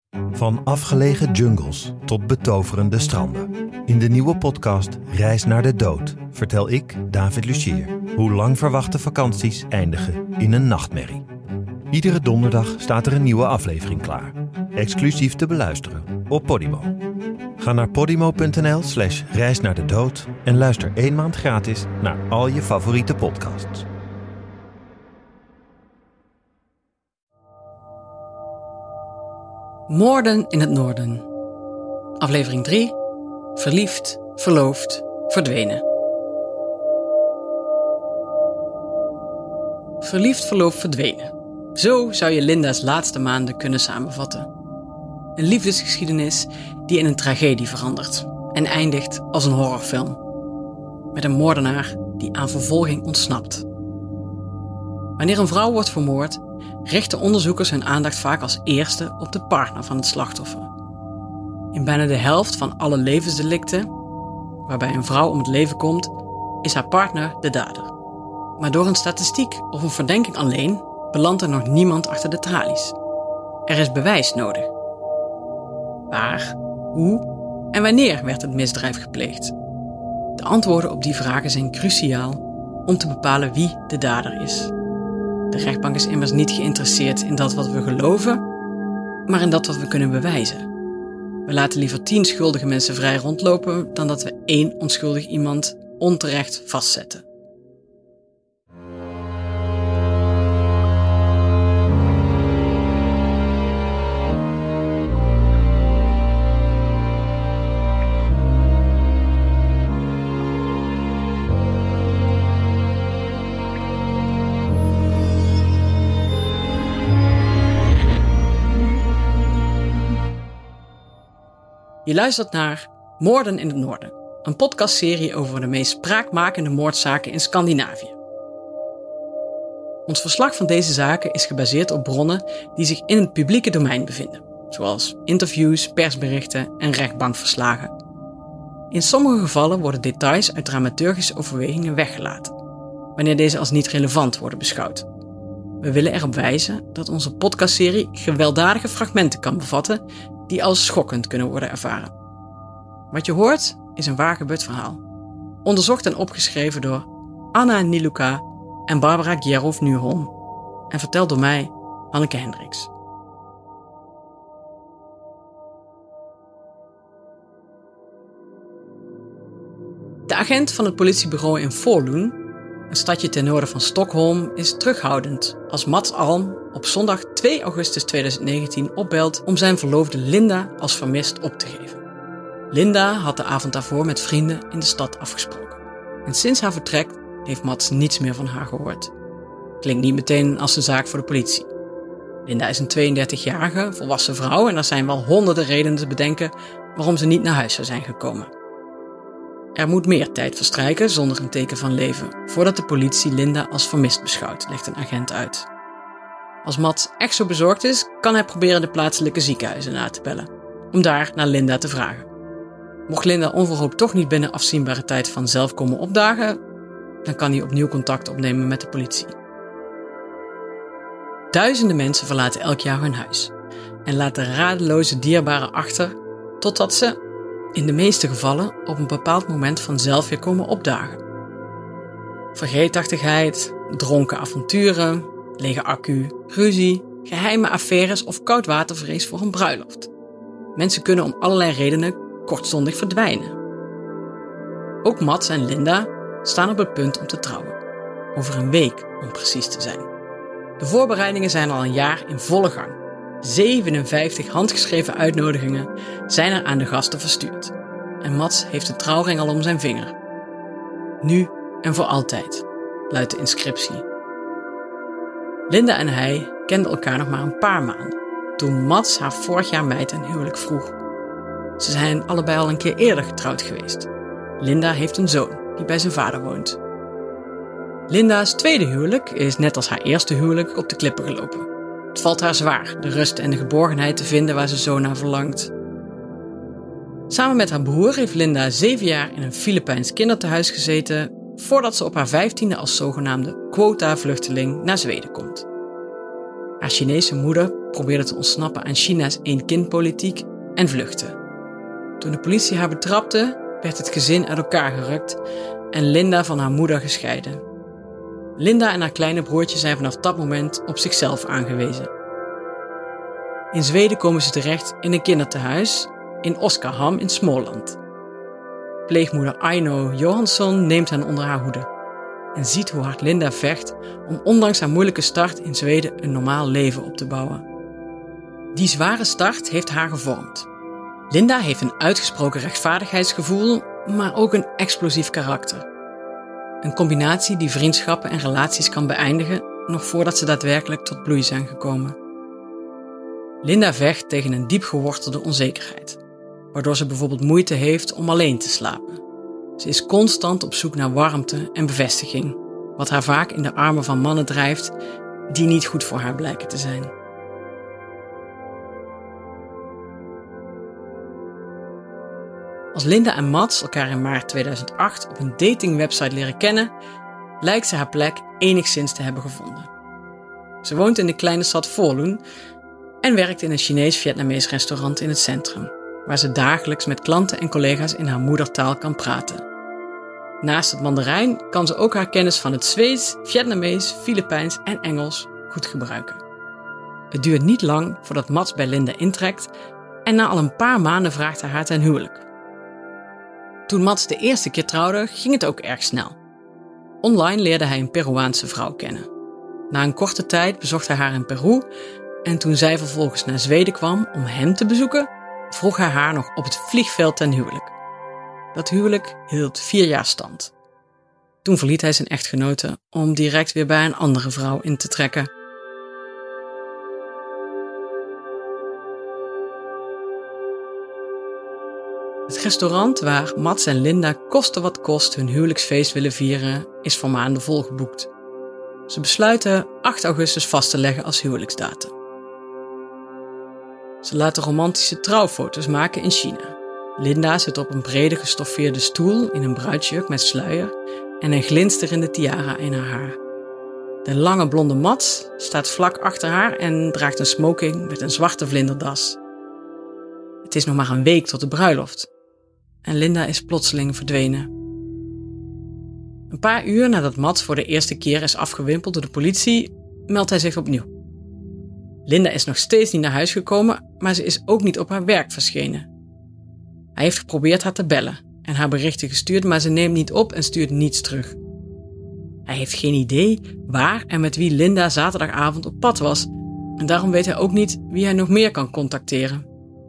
Van afgelegen jungles tot betoverende stranden. In de nieuwe podcast Reis naar de Dood vertel ik, David Lucier, hoe lang verwachte vakanties eindigen in een nachtmerrie. Iedere donderdag staat er een nieuwe aflevering klaar. Exclusief te beluisteren op Podimo. Ga naar podimo.nl/reis naar de dood en luister 1 maand gratis naar al je favoriete podcasts. Moorden in het Noorden. Aflevering 3. Verliefd, verloofd, verdwenen. Verliefd, verloofd, verdwenen. Zo zou je Linda's laatste maanden kunnen samenvatten. Een liefdesgeschiedenis die in een tragedie verandert en eindigt als een horrorfilm. Met een moordenaar die aan vervolging ontsnapt. Wanneer een vrouw wordt vermoord, richten onderzoekers hun aandacht vaak als eerste op de partner van het slachtoffer. In bijna de helft van alle levensdelicten, waarbij een vrouw om het leven komt, is haar partner de dader. Maar door een statistiek of een verdenking alleen belandt er nog niemand achter de tralies. Er is bewijs nodig. Waar, hoe en wanneer werd het misdrijf gepleegd? De antwoorden op die vragen zijn cruciaal om te bepalen wie de dader is. De rechtbank is immers niet geïnteresseerd in dat wat we geloven, maar in dat wat we kunnen bewijzen. We laten liever 10 schuldige mensen vrij rondlopen dan dat we 1 onschuldig iemand onterecht vastzetten. Je luistert naar Moorden in het Noorden, een podcastserie over de meest spraakmakende moordzaken in Scandinavië. Ons verslag van deze zaken is gebaseerd op bronnen die zich in het publieke domein bevinden, zoals interviews, persberichten en rechtbankverslagen. In sommige gevallen worden details uit dramaturgische overwegingen weggelaten, wanneer deze als niet relevant worden beschouwd. We willen erop wijzen dat onze podcastserie gewelddadige fragmenten kan bevatten die als schokkend kunnen worden ervaren. Wat je hoort is een waar gebeurd verhaal. Onderzocht en opgeschreven door Anna Niluka en Barbara Gjerov-Nyholm en verteld door mij, Hanneke Hendricks. De agent van het politiebureau in Falun, een stadje ten noorden van Stockholm, is terughoudend als Mats Alm op zondag 2 augustus 2019 opbelt om zijn verloofde Linda als vermist op te geven. Linda had de avond daarvoor met vrienden in de stad afgesproken. En sinds haar vertrek heeft Mats niets meer van haar gehoord. Klinkt niet meteen als een zaak voor de politie. Linda is een 32-jarige, volwassen vrouw en er zijn wel honderden redenen te bedenken waarom ze niet naar huis zou zijn gekomen. Er moet meer tijd verstrijken zonder een teken van leven, voordat de politie Linda als vermist beschouwt, legt een agent uit. Als Mats echt zo bezorgd is, kan hij proberen de plaatselijke ziekenhuizen na te bellen, om daar naar Linda te vragen. Mocht Linda onverhoopt toch niet binnen afzienbare tijd vanzelf komen opdagen, dan kan hij opnieuw contact opnemen met de politie. Duizenden mensen verlaten elk jaar hun huis en laten radeloze dierbaren achter, totdat ze, in de meeste gevallen, op een bepaald moment vanzelf weer komen opdagen. Vergeetachtigheid, dronken avonturen, lege accu, ruzie, geheime affaires of koudwatervrees voor een bruiloft. Mensen kunnen om allerlei redenen kortstondig verdwijnen. Ook Mats en Linda staan op het punt om te trouwen. Over een week, om precies te zijn. De voorbereidingen zijn al een jaar in volle gang. 57 handgeschreven uitnodigingen zijn er aan de gasten verstuurd. En Mats heeft de trouwring al om zijn vinger. Nu en voor altijd, luidt de inscriptie. Linda en hij kenden elkaar nog maar een paar maanden, toen Mats haar vorig jaar mei ten huwelijk vroeg. Ze zijn allebei al een keer eerder getrouwd geweest. Linda heeft een zoon die bij zijn vader woont. Linda's tweede huwelijk is net als haar eerste huwelijk op de klippen gelopen. Het valt haar zwaar de rust en de geborgenheid te vinden waar ze zo naar verlangt. Samen met haar broer heeft Linda 7 jaar in een Filipijns kindertehuis gezeten voordat ze op haar 15e als zogenaamde quota-vluchteling naar Zweden komt. Haar Haar Chinese moeder probeerde te ontsnappen aan China's één-kind-politiek en vluchtte. Toen de politie haar betrapte, werd het gezin uit elkaar gerukt en Linda van haar moeder gescheiden. Linda en haar kleine broertje zijn vanaf dat moment op zichzelf aangewezen. In Zweden komen ze terecht in een kindertehuis in Oskarshamn in Småland. Pleegmoeder Aino Johansson neemt hen onder haar hoede en ziet hoe hard Linda vecht om ondanks haar moeilijke start in Zweden een normaal leven op te bouwen. Die zware start heeft haar gevormd. Linda heeft een uitgesproken rechtvaardigheidsgevoel, maar ook een explosief karakter. Een combinatie die vriendschappen en relaties kan beëindigen nog voordat ze daadwerkelijk tot bloei zijn gekomen. Linda vecht tegen een diep gewortelde onzekerheid, waardoor ze bijvoorbeeld moeite heeft om alleen te slapen. Ze is constant op zoek naar warmte en bevestiging, wat haar vaak in de armen van mannen drijft die niet goed voor haar blijken te zijn. Als Linda en Mats elkaar in maart 2008 op een datingwebsite leren kennen, lijkt ze haar plek enigszins te hebben gevonden. Ze woont in de kleine stad Volun en werkt in een Chinees-Vietnamees restaurant in het centrum, waar ze dagelijks met klanten en collega's in haar moedertaal kan praten. Naast het Mandarijn kan ze ook haar kennis van het Zweeds, Vietnamees, Filipijns en Engels goed gebruiken. Het duurt niet lang voordat Mats bij Linda intrekt en na al een paar maanden vraagt hij haar ten huwelijk. Toen Mats de eerste keer trouwde, ging het ook erg snel. Online leerde hij een Peruaanse vrouw kennen. Na een korte tijd bezocht hij haar in Peru en toen zij vervolgens naar Zweden kwam om hem te bezoeken, vroeg hij haar nog op het vliegveld ten huwelijk. Dat huwelijk hield 4 jaar stand. Toen verliet hij zijn echtgenote om direct weer bij een andere vrouw in te trekken. Het restaurant waar Mats en Linda koste wat kost hun huwelijksfeest willen vieren, is voor maanden volgeboekt. Ze besluiten 8 augustus vast te leggen als huwelijksdatum. Ze laten romantische trouwfoto's maken in China. Linda zit op een brede gestoffeerde stoel in een bruidsjurk met sluier en een glinsterende tiara in haar haar. De lange blonde Mats staat vlak achter haar en draagt een smoking met een zwarte vlinderdas. Het is nog maar een week tot de bruiloft. En Linda is plotseling verdwenen. Een paar uur nadat Mats voor de eerste keer is afgewimpeld door de politie, meldt hij zich opnieuw. Linda is nog steeds niet naar huis gekomen, maar ze is ook niet op haar werk verschenen. Hij heeft geprobeerd haar te bellen en haar berichten gestuurd, maar ze neemt niet op en stuurt niets terug. Hij heeft geen idee waar en met wie Linda zaterdagavond op pad was en daarom weet hij ook niet wie hij nog meer kan contacteren.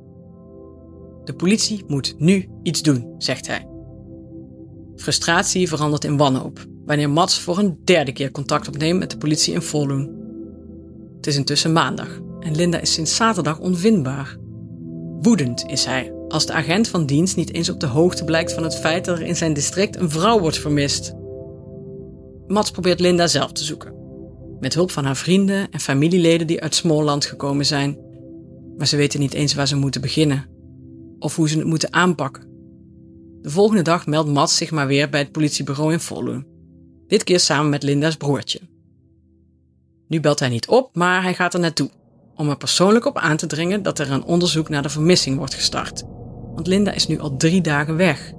De politie moet nu iets doen, zegt hij. Frustratie verandert in wanhoop wanneer Mats voor een 3e keer contact opneemt met de politie in Volun. Het is intussen maandag en Linda is sinds zaterdag onvindbaar. Woedend is hij als de agent van dienst niet eens op de hoogte blijkt van het feit dat er in zijn district een vrouw wordt vermist. Mats probeert Linda zelf te zoeken, met hulp van haar vrienden en familieleden die uit Småland gekomen zijn, maar ze weten niet eens waar ze moeten beginnen of hoe ze het moeten aanpakken. De volgende dag meldt Mats zich maar weer bij het politiebureau in Volun. Dit keer samen met Linda's broertje. Nu belt hij niet op, maar hij gaat er naartoe om er persoonlijk op aan te dringen dat er een onderzoek naar de vermissing wordt gestart. Want Linda is nu al 3 dagen weg.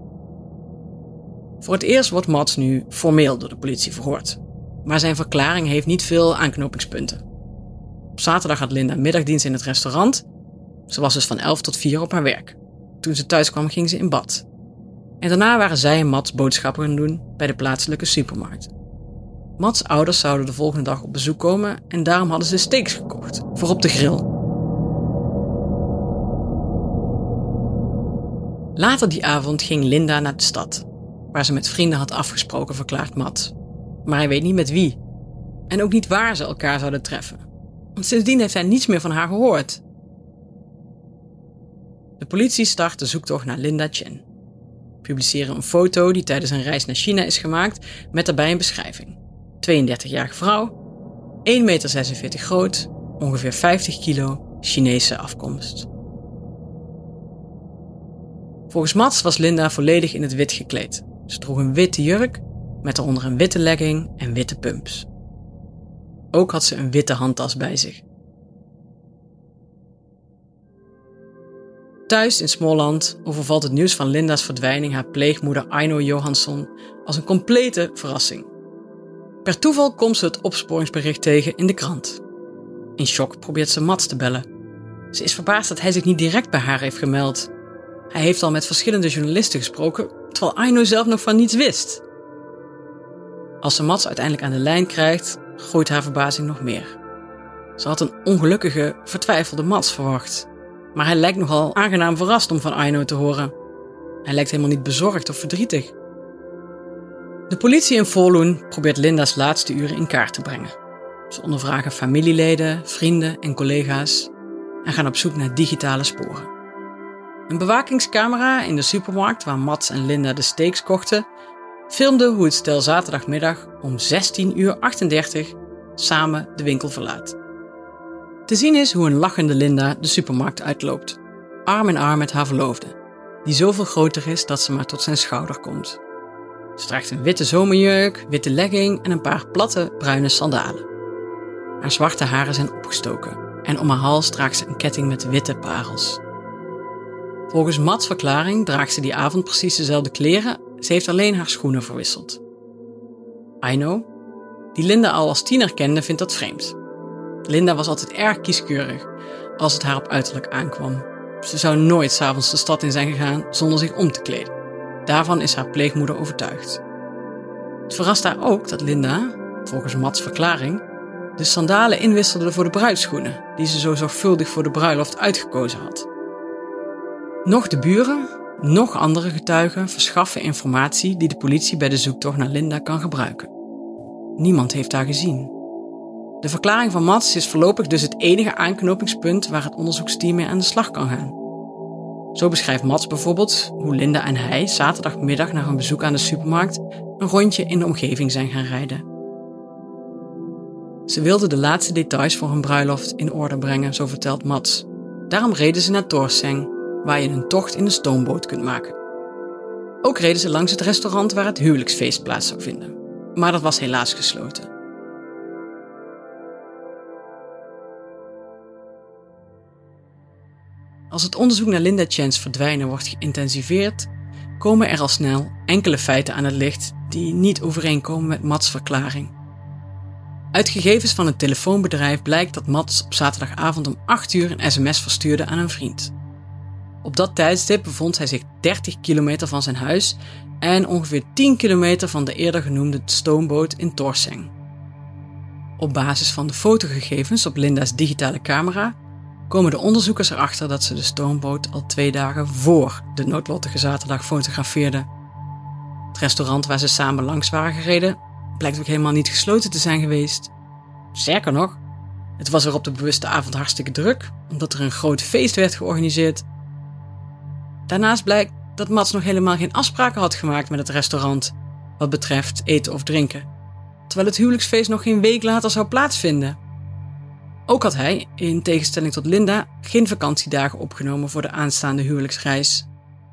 Voor het eerst wordt Mats nu formeel door de politie verhoord. Maar zijn verklaring heeft niet veel aanknopingspunten. Op zaterdag had Linda middagdienst in het restaurant. Ze was dus van 11 tot 4 op haar werk. Toen ze thuis kwam ging ze in bad. En daarna waren zij en Mats boodschappen gaan doen bij de plaatselijke supermarkt. Mats' ouders zouden de volgende dag op bezoek komen en daarom hadden ze steaks gekocht voor op de grill. Later die avond ging Linda naar de stad, waar ze met vrienden had afgesproken, verklaart Mats. Maar hij weet niet met wie. En ook niet waar ze elkaar zouden treffen. Want sindsdien heeft hij niets meer van haar gehoord. De politie start de zoektocht naar Linda Chen. Publiceren een foto die tijdens een reis naar China is gemaakt met daarbij een beschrijving. 32-jarige vrouw, 1,46 meter groot, ongeveer 50 kilo, Chinese afkomst. Volgens Mats was Linda volledig in het wit gekleed. Ze droeg een witte jurk met eronder een witte legging en witte pumps. Ook had ze een witte handtas bij zich. Thuis in Småland overvalt het nieuws van Linda's verdwijning haar pleegmoeder Aino Johansson als een complete verrassing. Per toeval komt ze het opsporingsbericht tegen in de krant. In shock probeert ze Mats te bellen. Ze is verbaasd dat hij zich niet direct bij haar heeft gemeld. Hij heeft al met verschillende journalisten gesproken, terwijl Aino zelf nog van niets wist. Als ze Mats uiteindelijk aan de lijn krijgt, groeit haar verbazing nog meer. Ze had een ongelukkige, vertwijfelde Mats verwacht. Maar hij lijkt nogal aangenaam verrast om van Aino te horen. Hij lijkt helemaal niet bezorgd of verdrietig. De politie in Falun probeert Linda's laatste uren in kaart te brengen. Ze ondervragen familieleden, vrienden en collega's en gaan op zoek naar digitale sporen. Een bewakingscamera in de supermarkt waar Mats en Linda de steaks kochten, filmde hoe het stel zaterdagmiddag om 16:38 samen de winkel verlaat. Te zien is hoe een lachende Linda de supermarkt uitloopt, arm in arm met haar verloofde, die zoveel groter is dat ze maar tot zijn schouder komt. Ze draagt een witte zomerjurk, witte legging en een paar platte bruine sandalen. Haar zwarte haren zijn opgestoken en om haar hals draagt ze een ketting met witte parels. Volgens Mats' verklaring draagt ze die avond precies dezelfde kleren, ze heeft alleen haar schoenen verwisseld. Aino, die Linda al als tiener kende, vindt dat vreemd. Linda was altijd erg kieskeurig als het haar op uiterlijk aankwam. Ze zou nooit 's avonds de stad in zijn gegaan zonder zich om te kleden. Daarvan is haar pleegmoeder overtuigd. Het verrast haar ook dat Linda, volgens Mats' verklaring, de sandalen inwisselde voor de bruidsschoenen, die ze zo zorgvuldig voor de bruiloft uitgekozen had. Nog de buren, nog andere getuigen verschaffen informatie die de politie bij de zoektocht naar Linda kan gebruiken. Niemand heeft haar gezien. De verklaring van Mats is voorlopig dus het enige aanknopingspunt waar het onderzoeksteam mee aan de slag kan gaan. Zo beschrijft Mats bijvoorbeeld hoe Linda en hij zaterdagmiddag na een bezoek aan de supermarkt een rondje in de omgeving zijn gaan rijden. Ze wilden de laatste details voor hun bruiloft in orde brengen, zo vertelt Mats. Daarom reden ze naar Torseng, waar je een tocht in de stoomboot kunt maken. Ook reden ze langs het restaurant waar het huwelijksfeest plaats zou vinden. Maar dat was helaas gesloten. Als het onderzoek naar Linda Chan's verdwijnen wordt geïntensiveerd, komen er al snel enkele feiten aan het licht die niet overeenkomen met Mats' verklaring. Uit gegevens van het telefoonbedrijf blijkt dat Mats op zaterdagavond om 8 uur een sms verstuurde aan een vriend. Op dat tijdstip bevond hij zich 30 kilometer van zijn huis en ongeveer 10 kilometer van de eerder genoemde stoomboot in Torseng. Op basis van de fotogegevens op Linda's digitale camera komen de onderzoekers erachter dat ze de stoomboot al 2 dagen voor de noodlottige zaterdag fotografeerden. Het restaurant waar ze samen langs waren gereden blijkt ook helemaal niet gesloten te zijn geweest. Sterker nog, het was er op de bewuste avond hartstikke druk, omdat er een groot feest werd georganiseerd. Daarnaast blijkt dat Mats nog helemaal geen afspraken had gemaakt met het restaurant wat betreft eten of drinken, terwijl het huwelijksfeest nog geen week later zou plaatsvinden. Ook had hij, in tegenstelling tot Linda, geen vakantiedagen opgenomen voor de aanstaande huwelijksreis.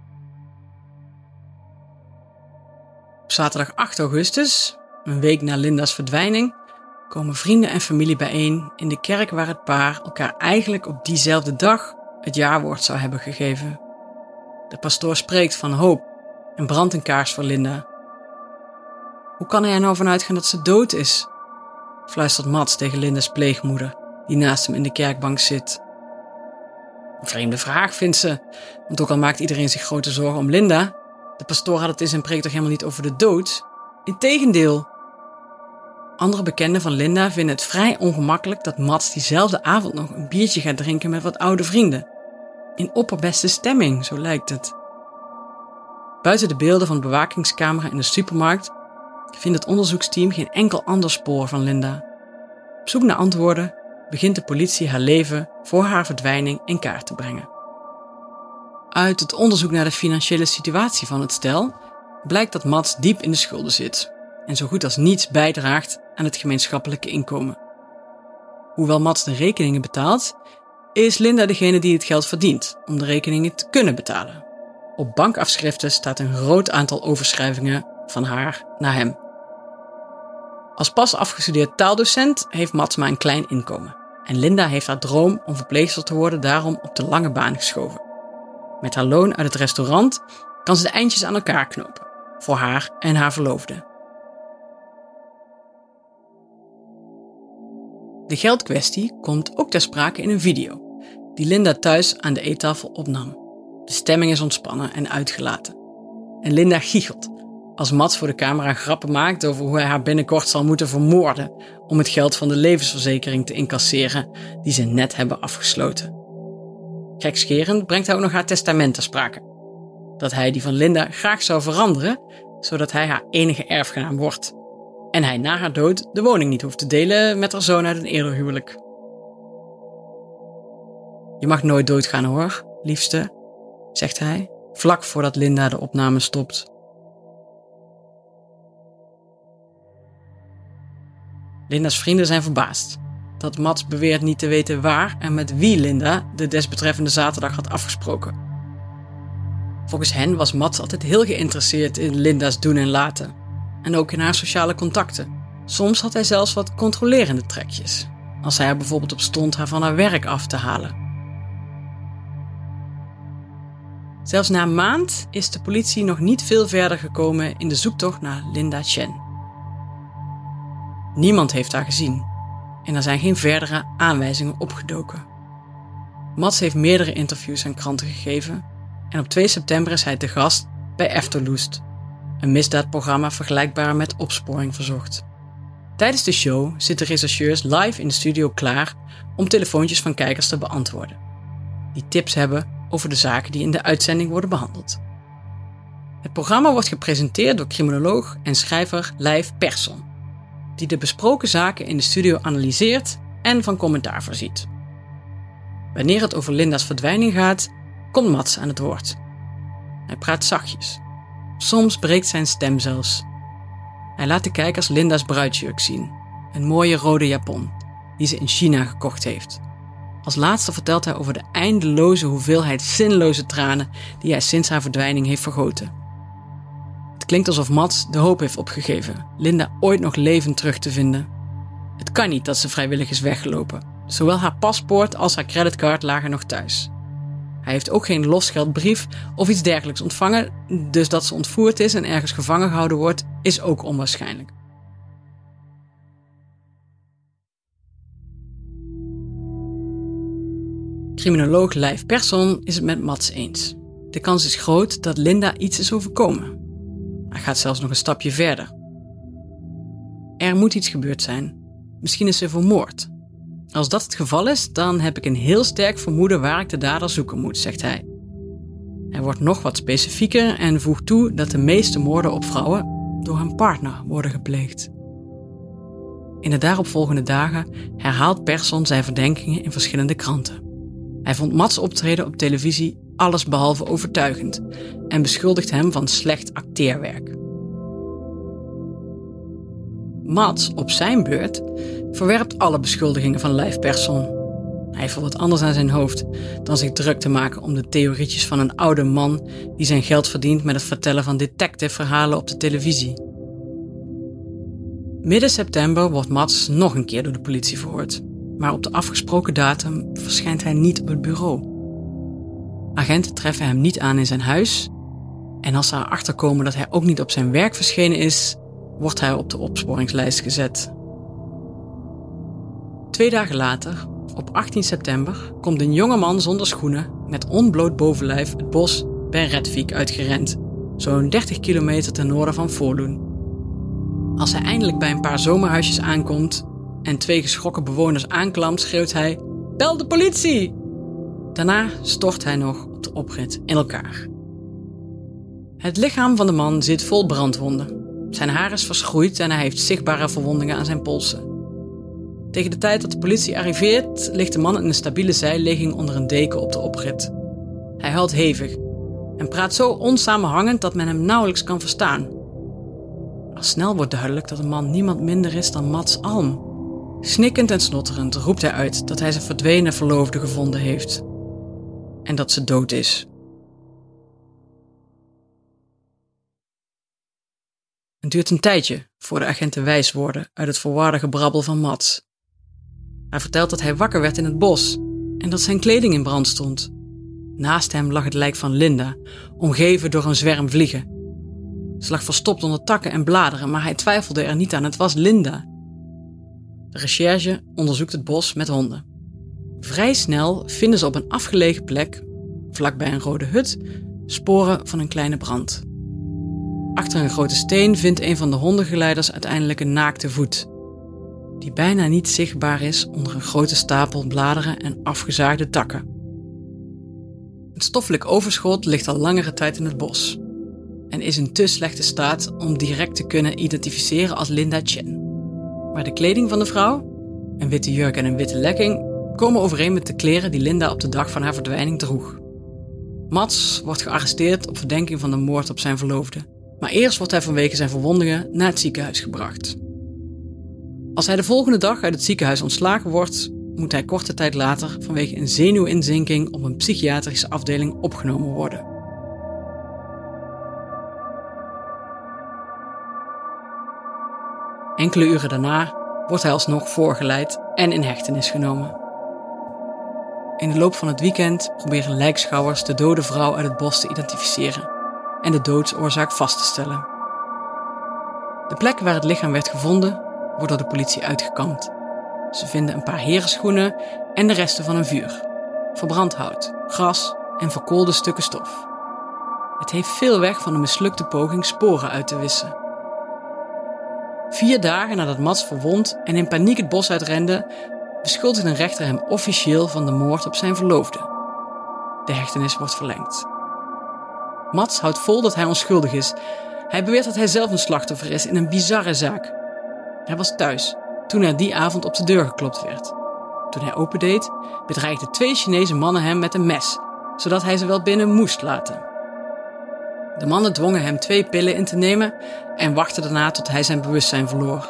Op zaterdag 8 augustus, een week na Linda's verdwijning, komen vrienden en familie bijeen in de kerk waar het paar elkaar eigenlijk op diezelfde dag het jaarwoord zou hebben gegeven. De pastoor spreekt van hoop en brandt een kaars voor Linda. Hoe kan hij er nou vanuit gaan dat ze dood is? Fluistert Mats tegen Linda's pleegmoeder, die naast hem in de kerkbank zit. Een vreemde vraag, vindt ze, want ook al maakt iedereen zich grote zorgen om Linda, de pastoor had het in zijn preek toch helemaal niet over de dood? Integendeel. Andere bekenden van Linda vinden het vrij ongemakkelijk dat Mats diezelfde avond nog een biertje gaat drinken met wat oude vrienden. In opperbeste stemming, zo lijkt het. Buiten de beelden van de bewakingscamera in de supermarkt vindt het onderzoeksteam geen enkel ander spoor van Linda. Op zoek naar antwoorden begint de politie haar leven voor haar verdwijning in kaart te brengen. Uit het onderzoek naar de financiële situatie van het stel blijkt dat Mats diep in de schulden zit en zo goed als niets bijdraagt aan het gemeenschappelijke inkomen. Hoewel Mats de rekeningen betaalt, is Linda degene die het geld verdient om de rekeningen te kunnen betalen. Op bankafschriften staat een groot aantal overschrijvingen van haar naar hem. Als pas afgestudeerd taaldocent heeft Mats maar een klein inkomen. En Linda heeft haar droom om verpleegster te worden daarom op de lange baan geschoven. Met haar loon uit het restaurant kan ze de eindjes aan elkaar knopen. Voor haar en haar verloofde. De geldkwestie komt ook ter sprake in een video die Linda thuis aan de eettafel opnam. De stemming is ontspannen en uitgelaten. En Linda giechelt als Mats voor de camera grappen maakt over hoe hij haar binnenkort zal moeten vermoorden om het geld van de levensverzekering te incasseren die ze net hebben afgesloten. Gekscherend brengt hij ook nog haar testament ter sprake. Dat hij die van Linda graag zou veranderen, zodat hij haar enige erfgenaam wordt. En hij na haar dood de woning niet hoeft te delen met haar zoon uit een eerder huwelijk. Je mag nooit doodgaan hoor, liefste, zegt hij, vlak voordat Linda de opname stopt. Linda's vrienden zijn verbaasd dat Mats beweert niet te weten waar en met wie Linda de desbetreffende zaterdag had afgesproken. Volgens hen was Mats altijd heel geïnteresseerd in Linda's doen en laten. En ook in haar sociale contacten. Soms had hij zelfs wat controlerende trekjes. Als hij er bijvoorbeeld op stond haar van haar werk af te halen. Zelfs na een maand is de politie nog niet veel verder gekomen in de zoektocht naar Linda Chen. Niemand heeft haar gezien. En er zijn geen verdere aanwijzingen opgedoken. Mats heeft meerdere interviews aan kranten gegeven. En op 2 september is hij te gast bij Efterlyst, een misdaadprogramma vergelijkbaar met Opsporing Verzocht. Tijdens de show zitten rechercheurs live in de studio klaar om telefoontjes van kijkers te beantwoorden. Die tips hebben over de zaken die in de uitzending worden behandeld. Het programma wordt gepresenteerd door criminoloog en schrijver Leif Persson, die de besproken zaken in de studio analyseert en van commentaar voorziet. Wanneer het over Linda's verdwijning gaat, komt Mats aan het woord. Hij praat zachtjes. Soms breekt zijn stem zelfs. Hij laat de kijkers Linda's bruidsjurk zien. Een mooie rode japon, die ze in China gekocht heeft. Als laatste vertelt hij over de eindeloze hoeveelheid zinloze tranen die hij sinds haar verdwijning heeft vergoten. Het klinkt alsof Mats de hoop heeft opgegeven Linda ooit nog levend terug te vinden. Het kan niet dat ze vrijwillig is weggelopen. Zowel haar paspoort als haar creditcard lagen nog thuis. Hij heeft ook geen losgeldbrief of iets dergelijks ontvangen, dus dat ze ontvoerd is en ergens gevangen gehouden wordt, is ook onwaarschijnlijk. Criminoloog Leif Persson is het met Mats eens. De kans is groot dat Linda iets is overkomen. Hij gaat zelfs nog een stapje verder. Er moet iets gebeurd zijn. Misschien is ze vermoord. Als dat het geval is, dan heb ik een heel sterk vermoeden waar ik de dader zoeken moet, zegt hij. Hij wordt nog wat specifieker en voegt toe dat de meeste moorden op vrouwen door een partner worden gepleegd. In de daaropvolgende dagen herhaalt Persson zijn verdenkingen in verschillende kranten. Hij vond Mats' optreden op televisie allesbehalve overtuigend en beschuldigt hem van slecht acteerwerk. Mats, op zijn beurt, verwerpt alle beschuldigingen van Leif Persson. Hij heeft wel wat anders aan zijn hoofd dan zich druk te maken om de theorietjes van een oude man die zijn geld verdient met het vertellen van detective-verhalen op de televisie. Midden september wordt Mats nog een keer door de politie verhoord, maar op de afgesproken datum verschijnt hij niet op het bureau. Agenten treffen hem niet aan in zijn huis en als ze erachter komen dat hij ook niet op zijn werk verschenen is, wordt hij op de opsporingslijst gezet. 2 dagen later, op 18 september, komt een jonge man zonder schoenen met onbloot bovenlijf het bos bij Rättvik uitgerend, zo'n 30 kilometer ten noorden van Falun. Als hij eindelijk bij een paar zomerhuisjes aankomt en 2 geschrokken bewoners aanklampt, schreeuwt hij: "Bel de politie!" Daarna stort hij nog op de oprit in elkaar. Het lichaam van de man zit vol brandwonden. Zijn haar is verschroeid en hij heeft zichtbare verwondingen aan zijn polsen. Tegen de tijd dat de politie arriveert, ligt de man in een stabiele zijligging onder een deken op de oprit. Hij huilt hevig en praat zo onsamenhangend dat men hem nauwelijks kan verstaan. Al snel wordt duidelijk dat de man niemand minder is dan Mats Alm. Snikkend en snotterend roept hij uit dat hij zijn verdwenen verloofde gevonden heeft. En dat ze dood is. Het duurt een tijdje voor de agenten wijs worden uit het verwarde gebrabbel van Mats. Hij vertelt dat hij wakker werd in het bos en dat zijn kleding in brand stond. Naast hem lag het lijk van Linda, omgeven door een zwerm vliegen. Ze lag verstopt onder takken en bladeren, maar hij twijfelde er niet aan, het was Linda. De recherche onderzoekt het bos met honden. Vrij snel vinden ze op een afgelegen plek, vlakbij een rode hut, sporen van een kleine brand. Achter een grote steen vindt een van de hondengeleiders uiteindelijk een naakte voet, die bijna niet zichtbaar is onder een grote stapel bladeren en afgezaagde takken. Het stoffelijk overschot ligt al langere tijd in het bos en is in te slechte staat om direct te kunnen identificeren als Linda Chen. Maar de kleding van de vrouw, een witte jurk en een witte lekking, komen overeen met de kleren die Linda op de dag van haar verdwijning droeg. Mats wordt gearresteerd op verdenking van de moord op zijn verloofde, maar eerst wordt hij vanwege zijn verwondingen naar het ziekenhuis gebracht. Als hij de volgende dag uit het ziekenhuis ontslagen wordt, moet hij korte tijd later vanwege een zenuwinzinking op een psychiatrische afdeling opgenomen worden. Enkele uren daarna wordt hij alsnog voorgeleid en in hechtenis genomen. In de loop van het weekend proberen lijkschouwers de dode vrouw uit het bos te identificeren en de doodsoorzaak vast te stellen. De plek waar het lichaam werd gevonden wordt door de politie uitgekamd. Ze vinden een paar herenschoenen en de resten van een vuur, verbrand hout, gras en verkoolde stukken stof. Het heeft veel weg van een mislukte poging sporen uit te wissen. 4 dagen nadat Mats verwond en in paniek het bos uitrende, beschuldigt een rechter hem officieel van de moord op zijn verloofde. De hechtenis wordt verlengd. Mats houdt vol dat hij onschuldig is. Hij beweert dat hij zelf een slachtoffer is in een bizarre zaak. Hij was thuis toen er die avond op de deur geklopt werd. Toen hij opendeed, bedreigden 2 Chinese mannen hem met een mes, zodat hij ze wel binnen moest laten. De mannen dwongen hem 2 pillen in te nemen en wachten daarna tot hij zijn bewustzijn verloor.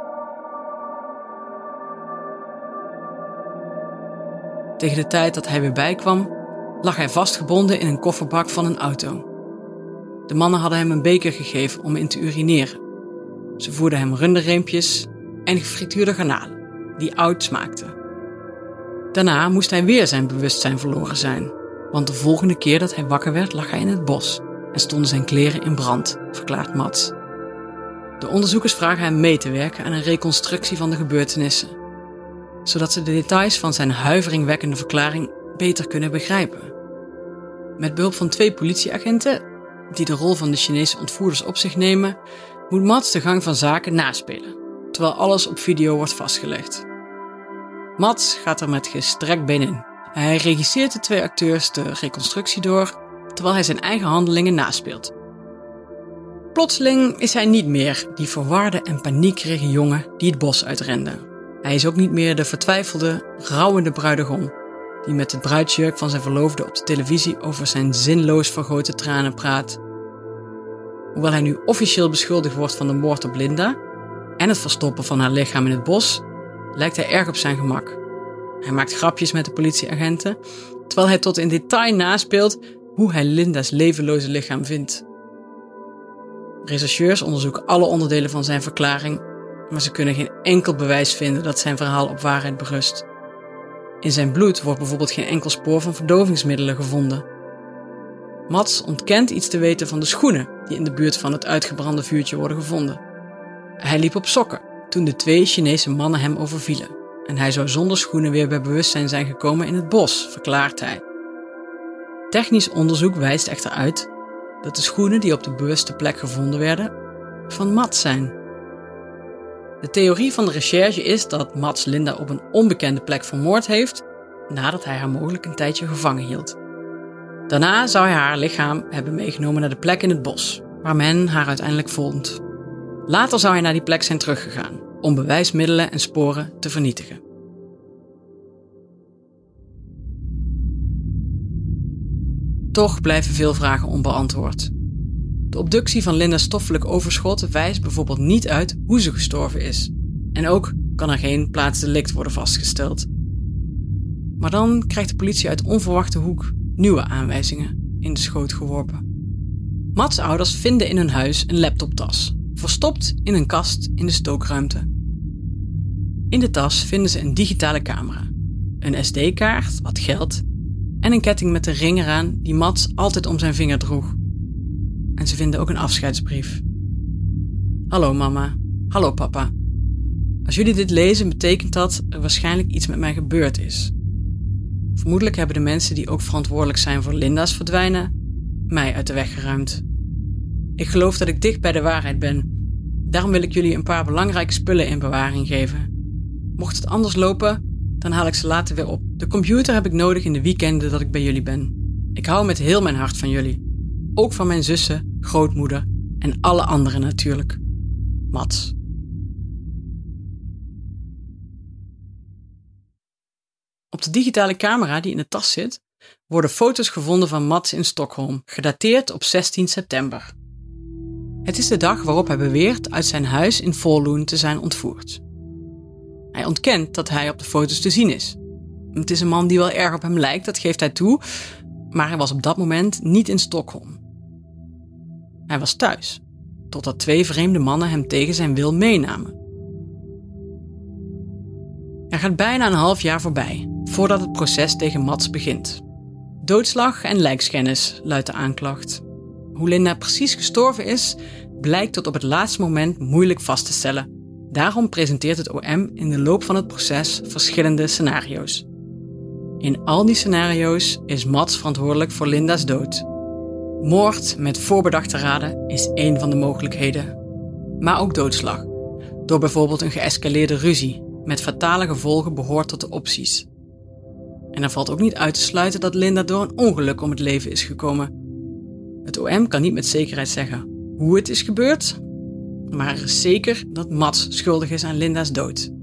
Tegen de tijd dat hij weer bijkwam, lag hij vastgebonden in een kofferbak van een auto. De mannen hadden hem een beker gegeven om in te urineren. Ze voerden hem runderreempjes en gefrituurde garnalen, die oud smaakten. Daarna moest hij weer zijn bewustzijn verloren zijn, want de volgende keer dat hij wakker werd lag hij in het bos en stonden zijn kleren in brand, verklaart Mats. De onderzoekers vragen hem mee te werken aan een reconstructie van de gebeurtenissen, zodat ze de details van zijn huiveringwekkende verklaring beter kunnen begrijpen. Met behulp van 2 politieagenten, die de rol van de Chinese ontvoerders op zich nemen, moet Mats de gang van zaken naspelen, terwijl alles op video wordt vastgelegd. Mats gaat er met gestrekt been in. Hij regisseert de 2 acteurs de reconstructie door, terwijl hij zijn eigen handelingen naspeelt. Plotseling is hij niet meer die verwarde en paniekerige jongen die het bos uitrende. Hij is ook niet meer de vertwijfelde, rouwende bruidegom, die met de bruidsjurk van zijn verloofde op de televisie over zijn zinloos vergoten tranen praat. Hoewel hij nu officieel beschuldigd wordt van de moord op Linda en het verstoppen van haar lichaam in het bos, lijkt hij erg op zijn gemak. Hij maakt grapjes met de politieagenten, terwijl hij tot in detail naspeelt hoe hij Linda's levenloze lichaam vindt. Rechercheurs onderzoeken alle onderdelen van zijn verklaring, maar ze kunnen geen enkel bewijs vinden dat zijn verhaal op waarheid berust. In zijn bloed wordt bijvoorbeeld geen enkel spoor van verdovingsmiddelen gevonden. Mats ontkent iets te weten van de schoenen die in de buurt van het uitgebrande vuurtje worden gevonden. Hij liep op sokken toen de 2 Chinese mannen hem overvielen en hij zou zonder schoenen weer bij bewustzijn zijn gekomen in het bos, verklaart hij. Technisch onderzoek wijst echter uit dat de schoenen die op de bewuste plek gevonden werden, van Mats zijn. De theorie van de recherche is dat Mats Linda op een onbekende plek vermoord heeft, nadat hij haar mogelijk een tijdje gevangen hield. Daarna zou hij haar lichaam hebben meegenomen naar de plek in het bos, waar men haar uiteindelijk vond. Later zou hij naar die plek zijn teruggegaan, om bewijsmiddelen en sporen te vernietigen. Toch blijven veel vragen onbeantwoord. De obductie van Linda's stoffelijk overschot wijst bijvoorbeeld niet uit hoe ze gestorven is. En ook kan er geen plaatsdelict worden vastgesteld. Maar dan krijgt de politie uit onverwachte hoek nieuwe aanwijzingen in de schoot geworpen. Mats' ouders vinden in hun huis een laptoptas, verstopt in een kast in de stookruimte. In de tas vinden ze een digitale camera, een SD-kaart, wat geld En een ketting met de ring eraan die Mats altijd om zijn vinger droeg. En ze vinden ook een afscheidsbrief. Hallo mama, hallo papa. Als jullie dit lezen, betekent dat er waarschijnlijk iets met mij gebeurd is. Vermoedelijk hebben de mensen die ook verantwoordelijk zijn voor Linda's verdwijnen, mij uit de weg geruimd. Ik geloof dat ik dicht bij de waarheid ben. Daarom wil ik jullie een paar belangrijke spullen in bewaring geven. Mocht het anders lopen, dan haal ik ze later weer op. De computer heb ik nodig in de weekenden dat ik bij jullie ben. Ik hou met heel mijn hart van jullie. Ook van mijn zussen, grootmoeder en alle anderen natuurlijk. Mats. Op de digitale camera die in de tas zit, worden foto's gevonden van Mats in Stockholm, gedateerd op 16 september. Het is de dag waarop hij beweert uit zijn huis in Falun te zijn ontvoerd. Hij ontkent dat hij op de foto's te zien is. Het is een man die wel erg op hem lijkt, dat geeft hij toe, maar hij was op dat moment niet in Stockholm. Hij was thuis, totdat 2 vreemde mannen hem tegen zijn wil meenamen. Er gaat bijna een half jaar voorbij, voordat het proces tegen Mats begint. Doodslag en lijkschennis luidt de aanklacht. Hoe Linda precies gestorven is, blijkt tot op het laatste moment moeilijk vast te stellen. Daarom presenteert het OM in de loop van het proces verschillende scenario's. In al die scenario's is Mats verantwoordelijk voor Linda's dood. Moord met voorbedachte raden is één van de mogelijkheden. Maar ook doodslag, door bijvoorbeeld een geëscaleerde ruzie, met fatale gevolgen behoort tot de opties. En er valt ook niet uit te sluiten dat Linda door een ongeluk om het leven is gekomen. Het OM kan niet met zekerheid zeggen hoe het is gebeurd, maar er is zeker dat Mats schuldig is aan Linda's dood.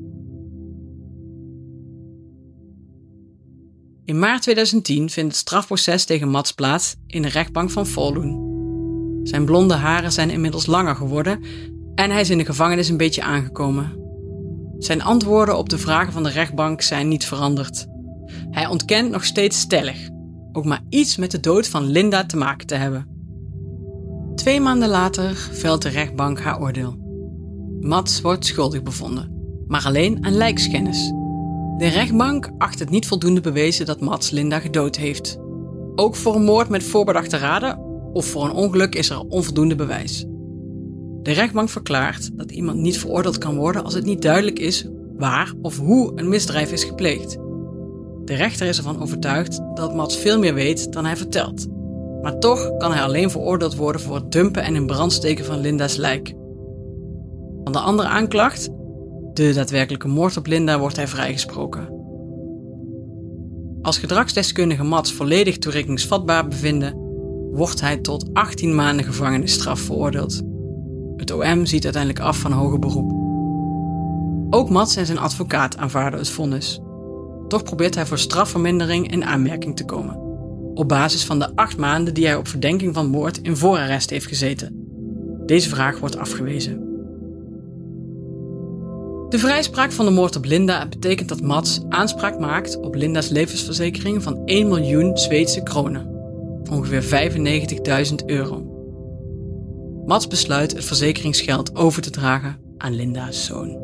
In maart 2010 vindt het strafproces tegen Mats plaats in de rechtbank van Falun. Zijn blonde haren zijn inmiddels langer geworden en hij is in de gevangenis een beetje aangekomen. Zijn antwoorden op de vragen van de rechtbank zijn niet veranderd. Hij ontkent nog steeds stellig ook maar iets met de dood van Linda te maken te hebben. 2 maanden later velt de rechtbank haar oordeel. Mats wordt schuldig bevonden, maar alleen aan lijkschennis. De rechtbank acht het niet voldoende bewezen dat Mats Linda gedood heeft. Ook voor een moord met voorbedachte raden of voor een ongeluk is er onvoldoende bewijs. De rechtbank verklaart dat iemand niet veroordeeld kan worden als het niet duidelijk is waar of hoe een misdrijf is gepleegd. De rechter is ervan overtuigd dat Mats veel meer weet dan hij vertelt. Maar toch kan hij alleen veroordeeld worden voor het dumpen en in brand steken van Linda's lijk. Van de andere aanklacht, de daadwerkelijke moord op Linda, wordt hij vrijgesproken. Als gedragsdeskundige Mats volledig toerekeningsvatbaar bevinden, wordt hij tot 18 maanden gevangenisstraf veroordeeld. Het OM ziet uiteindelijk af van hoger beroep. Ook Mats en zijn advocaat aanvaarden het vonnis. Toch probeert hij voor strafvermindering in aanmerking te komen, op basis van de 8 maanden die hij op verdenking van moord in voorarrest heeft gezeten. Deze vraag wordt afgewezen. De vrijspraak van de moord op Linda betekent dat Mats aanspraak maakt op Linda's levensverzekering van 1 miljoen Zweedse kronen, ongeveer €95.000. Mats besluit het verzekeringsgeld over te dragen aan Linda's zoon.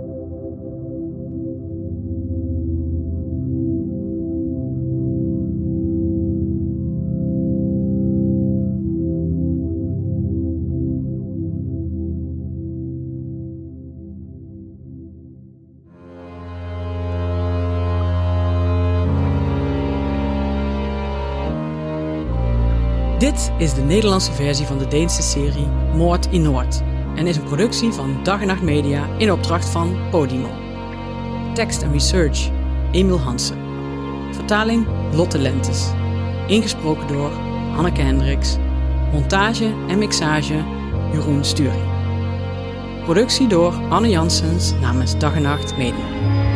Dit is de Nederlandse versie van de Deense serie Moord in Noord en is een productie van Dag en Nacht Media in opdracht van Podimo. Tekst en research Emiel Hansen. Vertaling Lotte Lentes. Ingesproken door Hanneke Hendricks. Montage en mixage Jeroen Sturing. Productie door Anne Janssens namens Dag en Nacht Media.